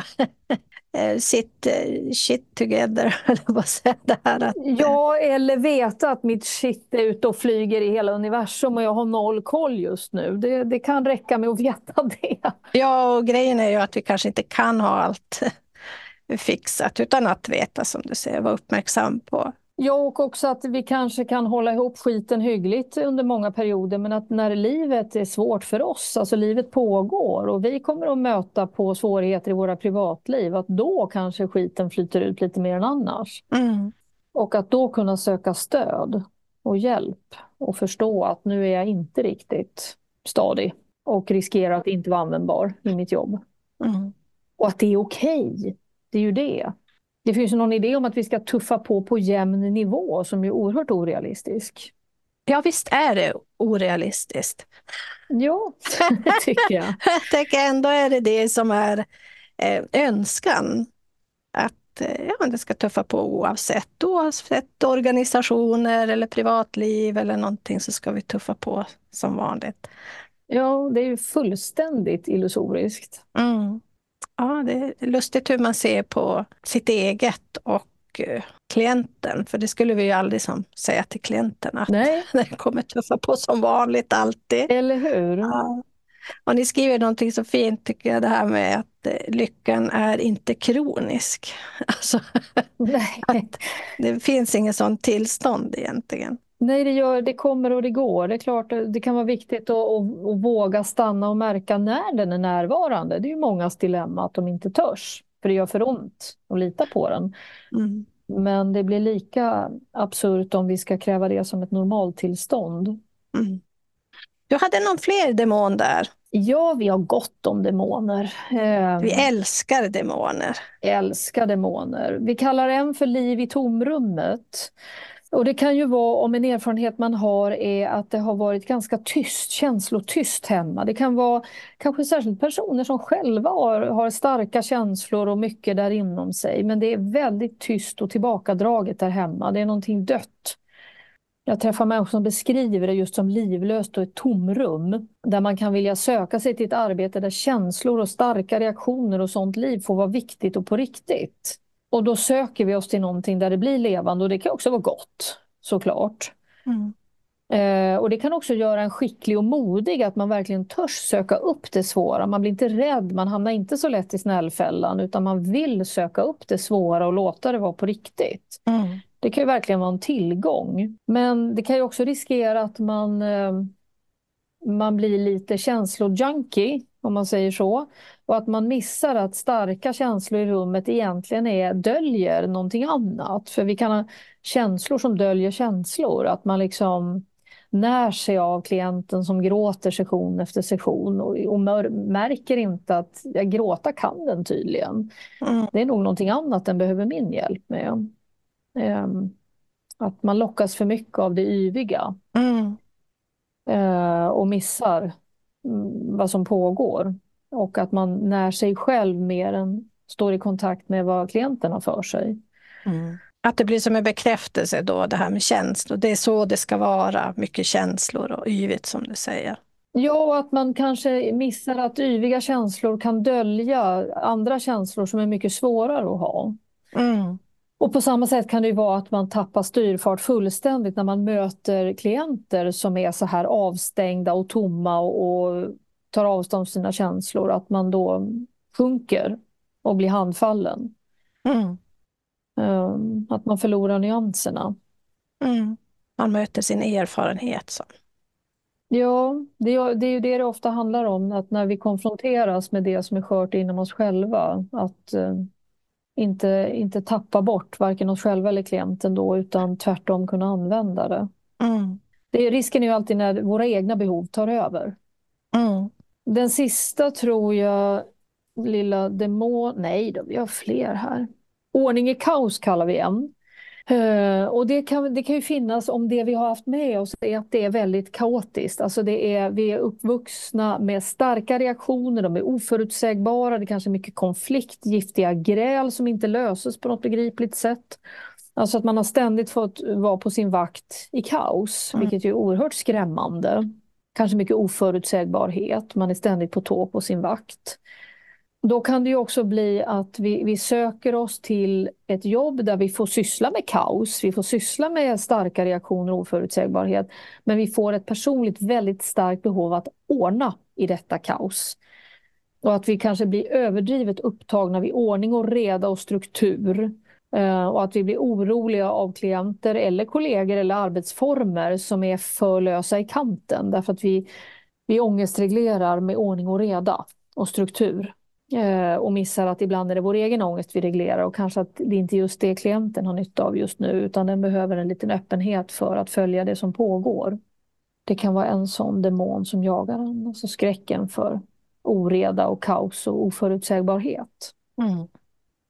A: sitt shit together, eller vad säger det här? Att...
B: Ja, eller veta att mitt shit är ute och flyger i hela universum och jag har noll koll just nu. Det, det kan räcka med att veta det.
A: Ja, och grejen är ju att vi kanske inte kan ha allt fixat utan att veta, som du säger, vara uppmärksam på.
B: Ja, och också att vi kanske kan hålla ihop skiten hyggligt under många perioder, men att när livet är svårt för oss, alltså livet pågår och vi kommer att möta på svårigheter i våra privatliv, att då kanske skiten flyter ut lite mer än annars.
A: Mm.
B: Och att då kunna söka stöd och hjälp och förstå att nu är jag inte riktigt stadig och riskerar att inte vara användbar i mitt jobb.
A: Mm.
B: Och att det är okej. Det är ju det. Det finns ju någon idé om att vi ska tuffa på på jämn nivå som är oerhört orealistisk.
A: Ja, visst är det orealistiskt.
B: Ja, det tycker jag.
A: Jag tänker ändå är det det som är eh, önskan. Att eh, ja, det ska tuffa på oavsett. Oavsett organisationer eller privatliv eller någonting så ska vi tuffa på som vanligt.
B: Ja, det är ju fullständigt illusoriskt.
A: Mm. Ja, det är lustigt hur man ser på sitt eget och eh, klienten. För det skulle vi ju aldrig som säga till klienten att
B: Nej,
A: det kommer tuffa på som vanligt alltid.
B: eller hur?
A: Ja. Och ni skriver någonting så fint tycker jag, det här med att eh, lyckan är inte kronisk. Alltså,
B: Nej.
A: att det finns inget sånt tillstånd egentligen.
B: Nej, det, gör, det kommer och det går. Det är klart att det kan vara viktigt att, att, att våga stanna och märka när den är närvarande. Det är ju mångas dilemma att de inte törs, för det gör för ont att lita på den.
A: Mm.
B: Men det blir lika absurt om vi ska kräva det som ett normaltillstånd.
A: Mm. Du hade någon fler demon där.
B: Ja, vi har gott om demoner. Eh,
A: Vi älskar demoner.
B: älskar demoner. Vi kallar en för liv i tomrummet. Och det kan ju vara om en erfarenhet man har är att det har varit ganska tyst, känslotyst hemma. Det kan vara kanske särskilt personer som själva har, har starka känslor och mycket där inom sig. Men det är väldigt tyst och tillbakadraget där hemma. Det är någonting dött. Jag träffar människor som beskriver det just som livlöst och ett tomrum. Där man kan vilja söka sig till ett arbete där känslor och starka reaktioner och sånt liv får vara viktigt och på riktigt. Och då söker vi oss till någonting där det blir levande, och det kan också vara gott, såklart.
A: Mm.
B: Eh, och det kan också göra en skicklig och modig, att man verkligen törs söka upp det svåra. Man blir inte rädd, man hamnar inte så lätt i snällfällan, utan man vill söka upp det svåra och låta det vara på riktigt.
A: Mm.
B: Det kan ju verkligen vara en tillgång. Men det kan ju också riskera att man, eh, man blir lite känslojunkie, om man säger så. Och att man missar att starka känslor i rummet egentligen är, döljer någonting annat. För vi kan ha känslor som döljer känslor. Att man liksom när sig av klienten som gråter session efter session. Och, och märker inte att jag gråta kan den tydligen.
A: Mm.
B: Det är nog någonting annat den behöver min hjälp med. Um, att man lockas för mycket av det yviga.
A: Mm.
B: Uh, och missar um, vad som pågår. Och att man när sig själv mer än står i kontakt med vad klienten har för sig.
A: Mm. Att det blir som en bekräftelse då, det här med känslor. Det är så det ska vara, mycket känslor och yvigt som du säger.
B: Ja, och att man kanske missar att yviga känslor kan dölja andra känslor som är mycket svårare att ha.
A: Mm.
B: Och på samma sätt kan det ju vara att man tappar styrfart fullständigt när man möter klienter som är så här avstängda och tomma och, och tar avstånd från sina känslor. Att man då sjunker och blir handfallen.
A: Mm.
B: Um, att man förlorar nyanserna.
A: Mm. Man möter sin erfarenhet. Så.
B: Ja, det är, det är ju det det ofta handlar om. Att när vi konfronteras med det som är skört inom oss själva. Att uh, inte, inte tappa bort varken oss själva eller klienten då. Utan tvärtom kunna använda det.
A: Mm.
B: Det är, risken är ju alltid när våra egna behov tar över.
A: Mm.
B: Den sista tror jag, lilla demon... Nej då, vi har fler här. Ordning i kaos kallar vi en. Uh, och det kan, det kan ju finnas om det vi har haft med oss är att det är väldigt kaotiskt. Alltså det är, vi är uppvuxna med starka reaktioner, de är oförutsägbara, det kanske är mycket konflikt, giftiga gräl som inte löses på något begripligt sätt. Alltså att man har ständigt fått vara på sin vakt i kaos,
A: Mm.
B: vilket är oerhört skrämmande. Kanske mycket oförutsägbarhet, man är ständigt på tå på sin vakt. Då kan det ju också bli att vi, vi söker oss till ett jobb där vi får syssla med kaos. Vi får syssla med starka reaktioner och oförutsägbarhet. Men vi får ett personligt väldigt starkt behov att ordna i detta kaos. Och att vi kanske blir överdrivet upptagna vid ordning och reda och struktur. Uh, och att vi blir oroliga av klienter eller kollegor eller arbetsformer som är för lösa i kanten. Därför att vi, vi ångestreglerar med ordning och reda och struktur. Och missar att ibland är det vår egen ångest vi reglerar och kanske att det inte är just det klienten har nytta av just nu utan den behöver en liten öppenhet för att följa det som pågår. Det kan vara en sån demon som jagar en, alltså skräcken för oreda och kaos och oförutsägbarhet.
A: Mm.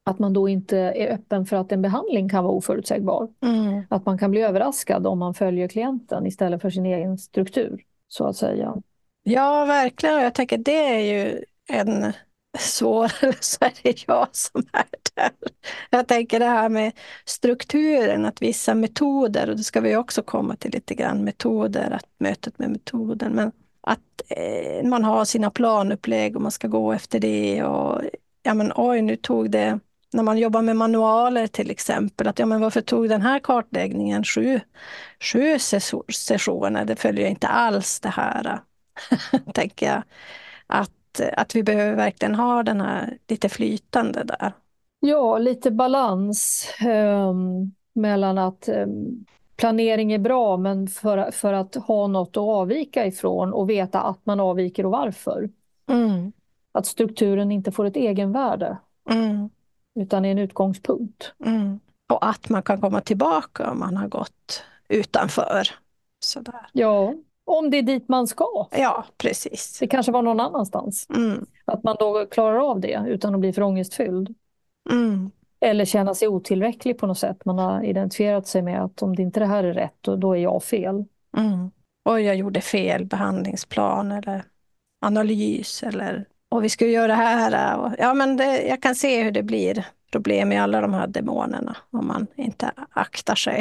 B: Att man då inte är öppen för att en behandling kan vara oförutsägbar.
A: Mm.
B: Att man kan bli överraskad om man följer klienten istället för sin egen struktur, så att säga.
A: Ja, verkligen. Jag tänker det är ju en svår, så är det jag som är där. Jag tänker det här med strukturen, att vissa metoder, och det ska vi också komma till lite grann, metoder, att mötet med metoden, men att eh, man har sina planupplägg och man ska gå efter det och ja men oj, nu tog det, när man jobbar med manualer till exempel, att ja men varför tog den här kartläggningen sju, sju sessioner, det följer inte alls det här, tänker jag. Att, att vi behöver verkligen ha den här lite flytande där.
B: Ja, lite balans eh, mellan att eh, planering är bra, men för, för att ha något att avvika ifrån och veta att man avviker och varför.
A: Mm.
B: Att strukturen inte får ett egenvärde,
A: Mm.
B: utan är en utgångspunkt.
A: Mm. Och att man kan komma tillbaka om man har gått utanför. Sådär.
B: Ja, om det är dit man ska.
A: Ja, precis.
B: Det kanske var någon annanstans.
A: Mm.
B: Att man då klarar av det utan att bli för ångestfylld.
A: Mm.
B: Eller känna sig otillräcklig på något sätt. Man har identifierat sig med att om det inte det här är rätt, då, då är jag fel.
A: Mm. Och jag gjorde fel behandlingsplan eller analys. Eller, och vi ska göra det här. Och, ja, men det, jag kan se hur det blir problem i alla de här demonerna om man inte aktar sig.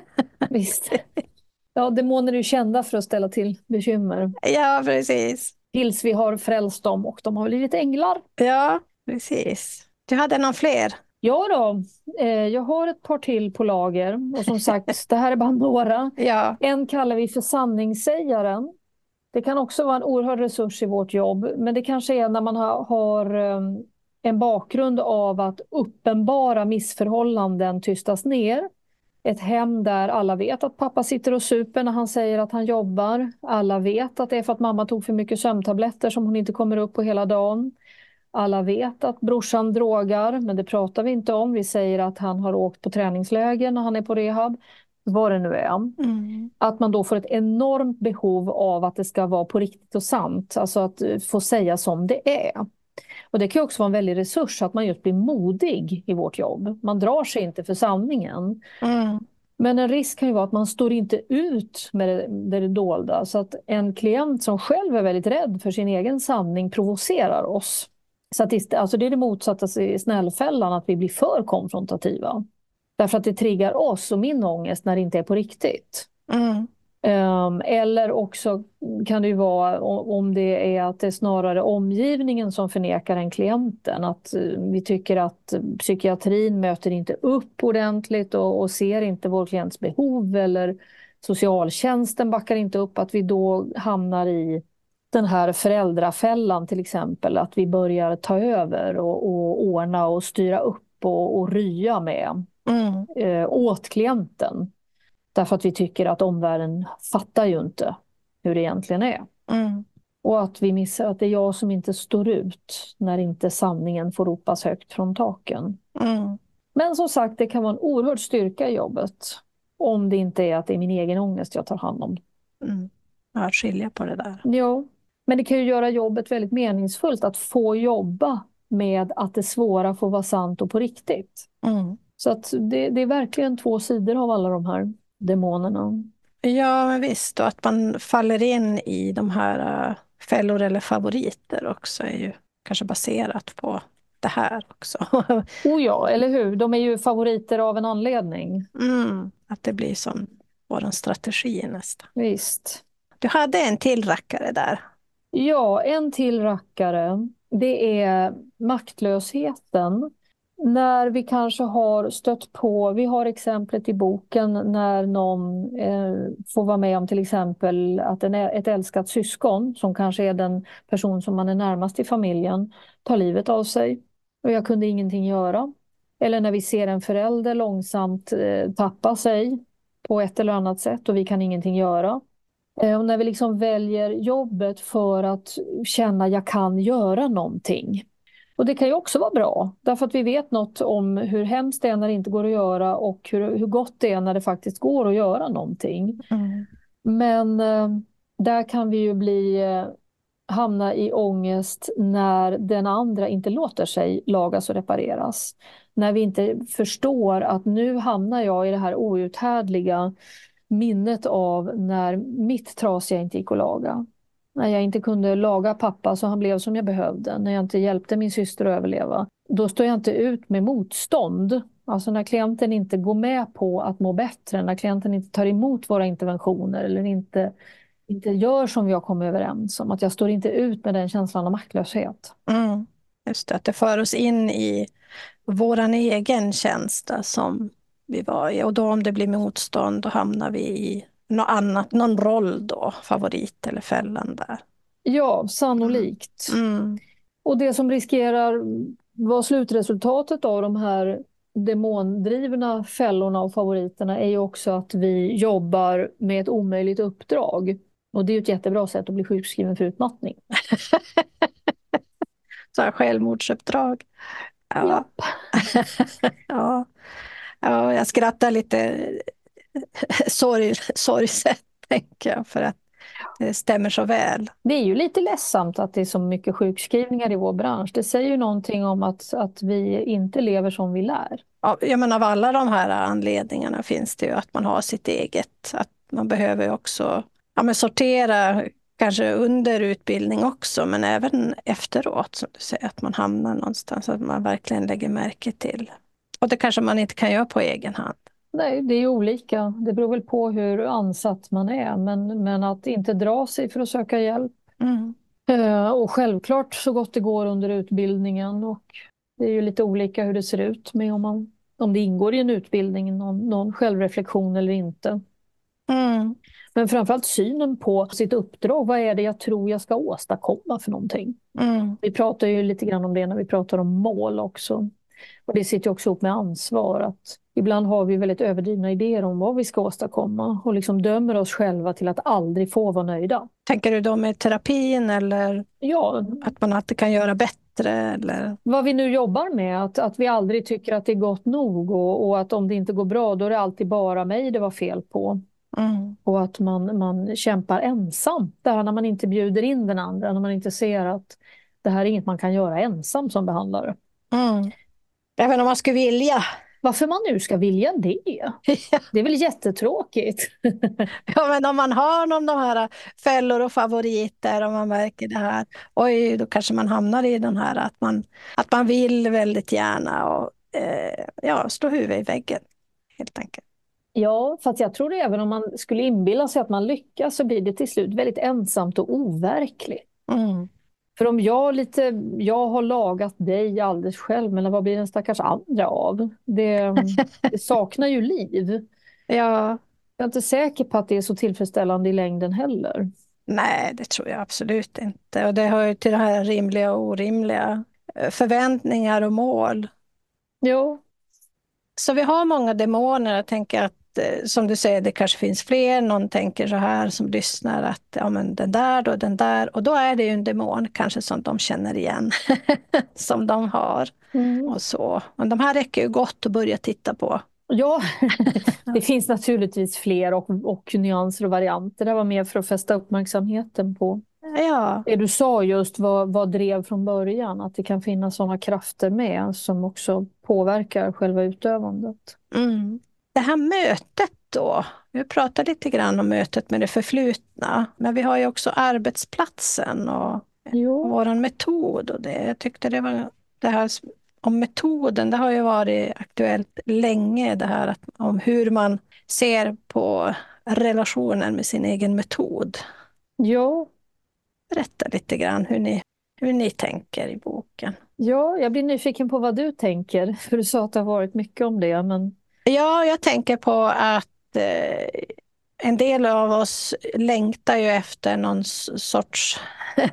B: Visst. Ja, demoner är ju kända för att ställa till bekymmer.
A: Ja, precis.
B: Tills vi har frälst dem och de har blivit änglar.
A: Ja, precis. Du hade någon fler?
B: Ja då, eh, jag har ett par till på lager. Och som sagt, det här är bara några.
A: Ja.
B: En kallar vi för sanningssägaren. Det kan också vara en oerhörd resurs i vårt jobb. Men det kanske är när man har, har um, en bakgrund av att uppenbara missförhållanden tystas ner. Ett hem där alla vet att pappa sitter och super när han säger att han jobbar. Alla vet att det är för att mamma tog för mycket sömntabletter som hon inte kommer upp på hela dagen. Alla vet att brorsan drogar, men det pratar vi inte om. Vi säger att han har åkt på träningsläger när han är på rehab. Vad det nu är.
A: Mm.
B: Att man då får ett enormt behov av att det ska vara på riktigt och sant. Alltså att få säga som det är. Och det kan också vara en väldig resurs att man just blir modig i vårt jobb. Man drar sig inte för sanningen.
A: Mm.
B: Men en risk kan ju vara att man står inte ut med det, det, det dolda. Så att en klient som själv är väldigt rädd för sin egen sanning provocerar oss. Så att det, alltså det är det motsatta i snällfällan, att vi blir för konfrontativa. Därför att det triggar oss och min ångest när det inte är på riktigt.
A: Mm.
B: Um, eller också kan det ju vara om det är att det är snarare omgivningen som förnekar en klienten. Att uh, vi tycker att psykiatrin möter inte upp ordentligt och, och ser inte vår klients behov. Eller socialtjänsten backar inte upp, att vi då hamnar i den här föräldrafällan till exempel. Att vi börjar ta över och, och ordna och styra upp och, och rya med
A: Mm.
B: eh, åt klienten. Därför att vi tycker att omvärlden fattar ju inte hur det egentligen är.
A: Mm.
B: Och att vi missar att det är jag som inte står ut när inte sanningen får ropas högt från taken.
A: Mm.
B: Men som sagt, det kan vara en oerhörd styrka i jobbet. Om det inte är att det är min egen ångest jag tar hand om.
A: Mm. Att skilja på det där.
B: Ja, men det kan ju göra jobbet väldigt meningsfullt att få jobba med att det svåra får vara sant och på riktigt.
A: Mm.
B: Så att det, det är verkligen två sidor av alla de här demonerna.
A: Ja, men visst. Och att man faller in i de här uh, fällor eller favoriter också är ju kanske baserat på det här också.
B: Oh ja, eller hur? De är ju favoriter av en anledning.
A: Mm. Att det blir som vår strategi nästan.
B: Visst.
A: Du hade en till rackare där.
B: Ja, en till rackare. Det är maktlösheten. När vi kanske har stött på, vi har exemplet i boken när någon eh, får vara med om till exempel att en, ett älskat syskon, som kanske är den person som man är närmast i familjen, tar livet av sig. Och jag kunde ingenting göra. Eller när vi ser en förälder långsamt eh, tappa sig på ett eller annat sätt och vi kan ingenting göra. Eh, och när vi liksom väljer jobbet för att känna att jag kan göra någonting. Och det kan ju också vara bra, därför att vi vet något om hur hemskt det är när det inte går att göra och hur, hur gott det är när det faktiskt går att göra någonting.
A: Mm.
B: Men eh, där kan vi ju bli, eh, hamna i ångest när den andra inte låter sig lagas och repareras. När vi inte förstår att nu hamnar jag i det här outhärdliga minnet av när mitt trasiga inte gick att laga. När jag inte kunde laga pappa så han blev som jag behövde. När jag inte hjälpte min syster att överleva. Då står jag inte ut med motstånd. Alltså när klienten inte går med på att må bättre. När klienten inte tar emot våra interventioner. Eller inte, inte gör som vi har kommit överens om. Att jag står inte ut med den känslan av maktlöshet.
A: Mm. Just det, att det för oss in i våran egen känsla som vi var i. Och då om det blir motstånd, då hamnar vi i något annat, någon roll då, favorit eller fällan där.
B: Ja, sannolikt.
A: Mm.
B: Och det som riskerar vara slutresultatet av de här demondrivna fällorna och favoriterna är ju också att vi jobbar med ett omöjligt uppdrag. Och det är ju ett jättebra sätt att bli sjukskriven för utmattning.
A: Så här självmordsuppdrag. Ja.
B: Ja.
A: Ja. Ja, jag skrattar lite sorg, sorgset, tänker jag, för att det stämmer så väl.
B: Det är ju lite ledsamt att det är så mycket sjukskrivningar i vår bransch. Det säger ju någonting om att, att vi inte lever som vi lär.
A: Ja, jag menar, av alla de här anledningarna finns det ju att man har sitt eget. Att man behöver också ja, men sortera, kanske under utbildning också, men även efteråt, som du säger, att man hamnar någonstans, att man verkligen lägger märke till. Och det kanske man inte kan göra på egen hand.
B: Nej, det är ju olika. Det beror väl på hur ansatt man är. Men, men att inte dra sig för att söka hjälp.
A: Mm.
B: Eh, och självklart så gott det går under utbildningen. Och det är ju lite olika hur det ser ut med om, man, om det ingår i en utbildning, någon, någon självreflektion eller inte.
A: Mm.
B: Men framförallt synen på sitt uppdrag. Vad är det jag tror jag ska åstadkomma för någonting?
A: Mm.
B: Vi pratar ju lite grann om det när vi pratar om mål också. Och det sitter också upp med ansvar. Att ibland har vi väldigt överdrivna idéer om vad vi ska åstadkomma. Och liksom dömer oss själva till att aldrig få vara nöjda.
A: Tänker du då med terapin eller
B: Ja,
A: att man alltid kan göra bättre? Eller?
B: vad vi nu jobbar med. Att, att vi aldrig tycker att det är gott nog. Och, och att om det inte går bra då är det alltid bara mig det var fel på.
A: Mm.
B: Och att man, man kämpar ensam. Det här när man inte bjuder in den andra. När man inte ser att det här är inget man kan göra ensam som behandlare.
A: Mm. Även om man skulle vilja.
B: Varför man nu ska vilja det? Det är väl jättetråkigt.
A: Ja, men om man har någon de här fällor och favoriter och man märker det här, oj, då kanske man hamnar i den här att man, att man vill väldigt gärna och eh, ja, slå huvudet i väggen, helt enkelt.
B: Ja, fast jag tror det även om man skulle inbilla sig att man lyckas så blir det till slut väldigt ensamt och overkligt.
A: Mm.
B: För om jag lite, jag har lagat dig alldeles själv, men vad blir den stackars andra av? Det, det saknar ju liv.
A: Ja.
B: Jag är inte säker på att det är så tillfredsställande i längden heller.
A: Nej, det tror jag absolut inte. Och det hör ju till det här rimliga och orimliga. Förväntningar och mål.
B: Jo.
A: Så vi har många demoner. Jag tänker att, som du säger, det kanske finns fler. Någon tänker så här som lyssnar att ja, men den där då, den där. Och då är det ju en demon kanske som de känner igen. Som de har.
B: Mm.
A: Och så. Men de här räcker ju gott att börja titta på.
B: Ja, det finns naturligtvis fler och, och nyanser och varianter. Det var mer för att fästa uppmärksamheten på
A: Ja.
B: det du sa just, vad, vad drev från början. Att det kan finnas sådana krafter med som också påverkar själva utövandet.
A: Mm. Det här mötet då, vi pratar lite grann om mötet med det förflutna, men vi har ju också arbetsplatsen och, och vår metod. Och det, jag tyckte det var det här om metoden, det har ju varit aktuellt länge, det här att, om hur man ser på relationen med sin egen metod.
B: Ja.
A: Berätta lite grann hur ni, hur ni tänker i boken.
B: Ja, jag blir nyfiken på vad du tänker, för du sa att det har varit mycket om det. Men...
A: Ja, jag tänker på att eh, en del av oss längtar ju efter någon sorts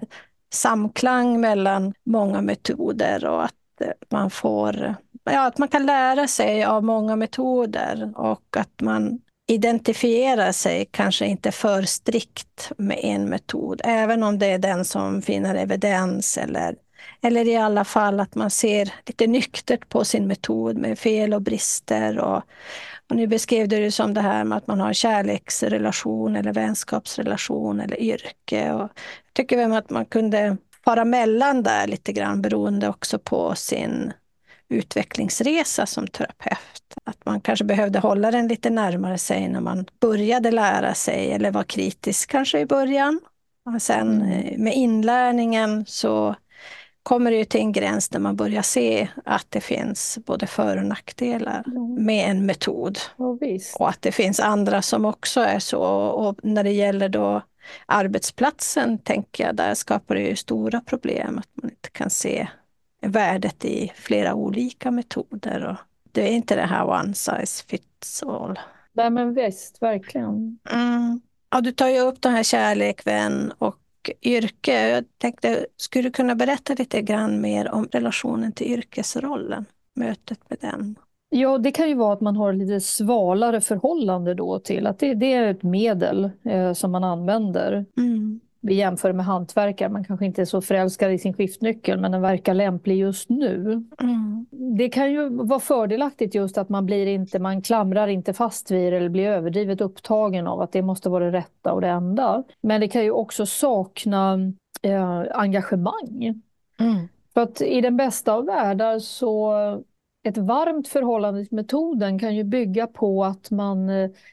A: samklang mellan många metoder och att man får, ja, att man kan lära sig av många metoder och att man identifierar sig kanske inte för strikt med en metod, även om det är den som finner evidens eller, eller i alla fall att man ser lite nyktert på sin metod med fel och brister och, Och nu beskrev du det som det här med att man har kärleksrelation eller vänskapsrelation eller yrke. Och jag tycker väl att man kunde fara mellan där lite grann beroende också på sin utvecklingsresa som terapeut. Att man kanske behövde hålla den lite närmare sig när man började lära sig eller var kritisk kanske i början. Och sen
B: Mm.
A: med inlärningen så kommer det ju till en gräns där man börjar se att det finns både för- och nackdelar
B: Mm.
A: med en metod.
B: Ja, visst.
A: Och att det finns andra som också är så. Och när det gäller då arbetsplatsen, tänker jag, där skapar det ju stora problem att man inte kan se värdet i flera olika metoder. Och det är inte det här one size fits all.
B: Nej, men visst, verkligen.
A: Mm. Ja, du tar ju upp den här kärlek, vän och yrke. Jag tänkte, skulle du kunna berätta lite grann mer om relationen till yrkesrollen, mötet med den?
B: Ja, det kan ju vara att man har ett lite svalare förhållande då till att det, det är ett medel eh, som man använder.
A: Mm.
B: Vi jämför med hantverkare, man kanske inte är så förälskad i sin skiftnyckel men den verkar lämplig just nu.
A: Mm.
B: Det kan ju vara fördelaktigt just att man blir inte, man klamrar inte fast vid eller blir överdrivet upptagen av att det måste vara det rätta och det enda. Men det kan ju också sakna eh, engagemang.
A: Mm.
B: För att i den bästa av världar så ett varmt förhållande till metoden kan ju bygga på att man,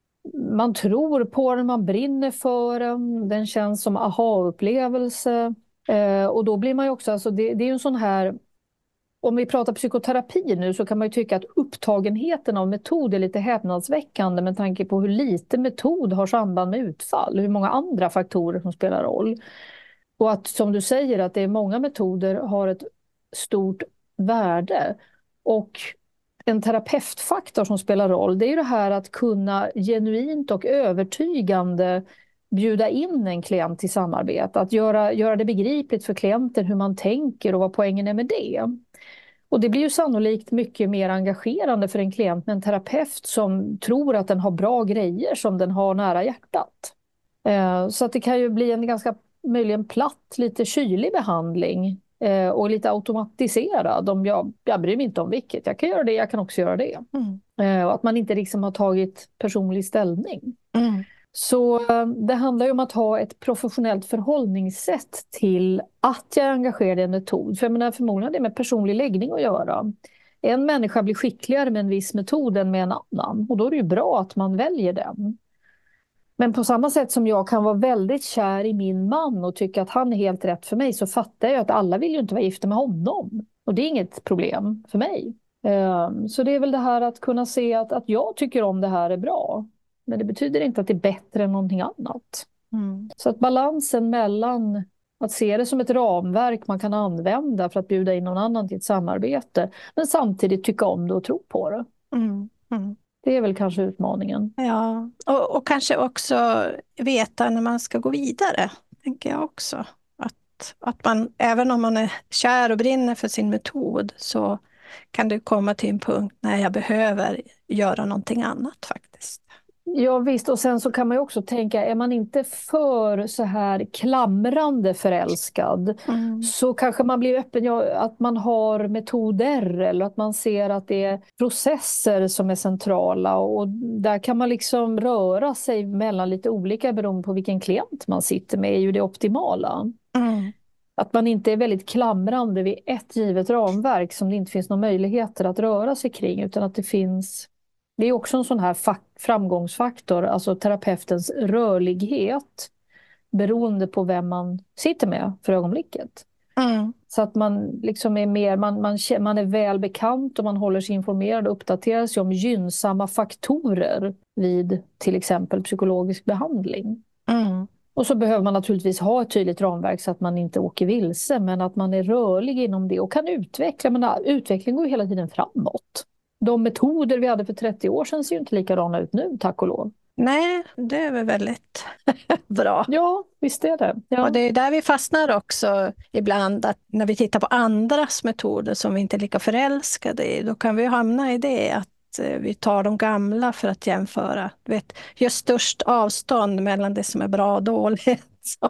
B: man tror på den, man brinner för den, den känns som aha-upplevelse. Eh, och då blir man ju också, alltså det, det är ju en sån här, om vi pratar psykoterapi nu så kan man ju tycka att upptagenheten av metod är lite häpnadsväckande med tanke på hur lite metod har samband med utfall, hur många andra faktorer som spelar roll. Och att som du säger att det är många metoder har ett stort värde. Och en terapeutfaktor som spelar roll, det är ju det här att kunna genuint och övertygande bjuda in en klient till samarbete. Att göra, göra det begripligt för klienten hur man tänker och vad poängen är med det. Och det blir ju sannolikt mycket mer engagerande för en klient med en terapeut som tror att den har bra grejer som den har nära hjärtat. Eh, så att det kan ju bli en ganska möjligen platt, lite kylig behandling. Eh, och lite automatiserad. Om jag, jag bryr mig inte om vilket. Jag kan göra det, jag kan också göra det.
A: Mm.
B: Eh, och att man inte liksom har tagit personlig ställning.
A: Mm.
B: Så eh, det handlar ju om att ha ett professionellt förhållningssätt till att jag är engagerad i en metod. För jag menar, förmodligen det med personlig läggning att göra. En människa blir skickligare med en viss metod än med en annan. Och då är det ju bra att man väljer den. Men på samma sätt som jag kan vara väldigt kär i min man och tycka att han är helt rätt för mig så fattar jag att alla vill ju inte vara gifta med honom. Och det är inget problem för mig. Så det är väl det här att kunna se att, att jag tycker om det här är bra. Men det betyder inte att det är bättre än någonting annat.
A: Mm.
B: Så att balansen mellan att se det som ett ramverk man kan använda för att bjuda in någon annan till ett samarbete. Men samtidigt tycka om det och tro på det.
A: Mm. Mm.
B: Det är väl kanske utmaningen.
A: Ja, och, och kanske också veta när man ska gå vidare, tänker jag också. Att, att man, även om man är kär och brinner för sin metod så kan det komma till en punkt när jag behöver göra någonting annat faktiskt.
B: Ja visst, och sen så kan man ju också tänka, är man inte för så här klamrande förälskad
A: Mm.
B: så kanske man blir öppen, ja, att man har metoder eller att man ser att det är processer som är centrala och där kan man liksom röra sig mellan lite olika beroende på vilken klient man sitter med är ju det optimala.
A: Mm.
B: Att man inte är väldigt klamrande vid ett givet ramverk som det inte finns några möjligheter att röra sig kring utan att det finns. Det är också en sån här framgångsfaktor, alltså terapeutens rörlighet beroende på vem man sitter med för ögonblicket.
A: Mm.
B: Så att man liksom är mer, man, man, man är väl bekant och man håller sig informerad och uppdaterar sig om gynnsamma faktorer vid till exempel psykologisk behandling.
A: Mm.
B: Och så behöver man naturligtvis ha ett tydligt ramverk så att man inte åker vilse men att man är rörlig inom det och kan utveckla, men utveckling går ju hela tiden framåt. De metoder vi hade för trettio år sedan ser ju inte likadana ut nu, tack och lov.
A: Nej, det är väl väldigt bra.
B: Ja, visst är det. Ja.
A: Och det är där vi fastnar också ibland, att när vi tittar på andras metoder som vi inte är lika förälskade i, då kan vi hamna i det att vi tar de gamla för att jämföra. Du vet, gör störst avstånd mellan det som är bra och dåligt.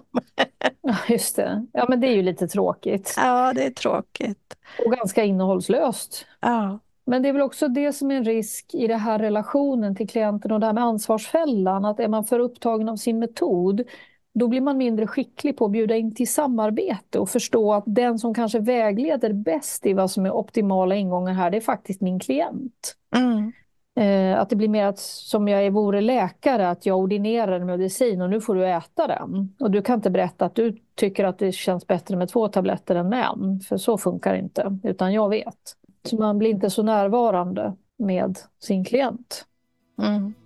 B: Ja, just det. Ja, men det är ju lite tråkigt.
A: Ja, det är tråkigt.
B: Och ganska innehållslöst.
A: Ja.
B: Men det är väl också det som är en risk i den här relationen till klienten och det här med ansvarsfällan. Att är man för upptagen av sin metod, då blir man mindre skicklig på att bjuda in till samarbete och förstå att den som kanske vägleder bäst i vad som är optimala ingångar här, det är faktiskt min klient.
A: Mm.
B: Eh, att det blir mer att som jag vore läkare, att jag ordinerar en medicin och nu får du äta den. Och du kan inte berätta att du tycker att det känns bättre med två tabletter än med en, för så funkar det inte, utan jag vet. Så man blir inte så närvarande med sin klient.
A: Mm.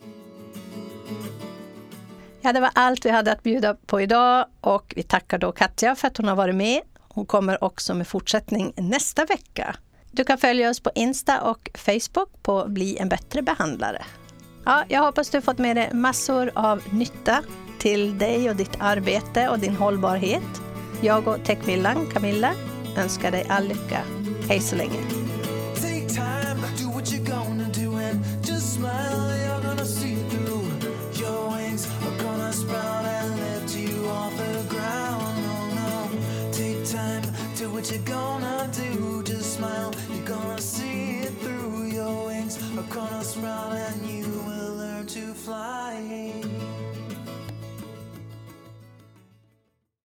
A: Ja, det var allt vi hade att bjuda på idag och vi tackar då Katja för att hon har varit med. Hon kommer också med fortsättning nästa vecka. Du kan följa oss på Insta och Facebook på Bli en bättre behandlare. Ja, jag hoppas du fått med dig massor av nytta till dig och ditt arbete och din hållbarhet. Jag och Techmillan, Camilla, önskar dig all lycka. Hej så länge.
C: Take time, do what you're gonna do and just smile, you're gonna see through. Your wings are gonna sprout and lift you off the ground. Oh no, take time, do what you're gonna do, just smile, you're gonna see it through. Your wings are gonna sprout and you will learn to fly.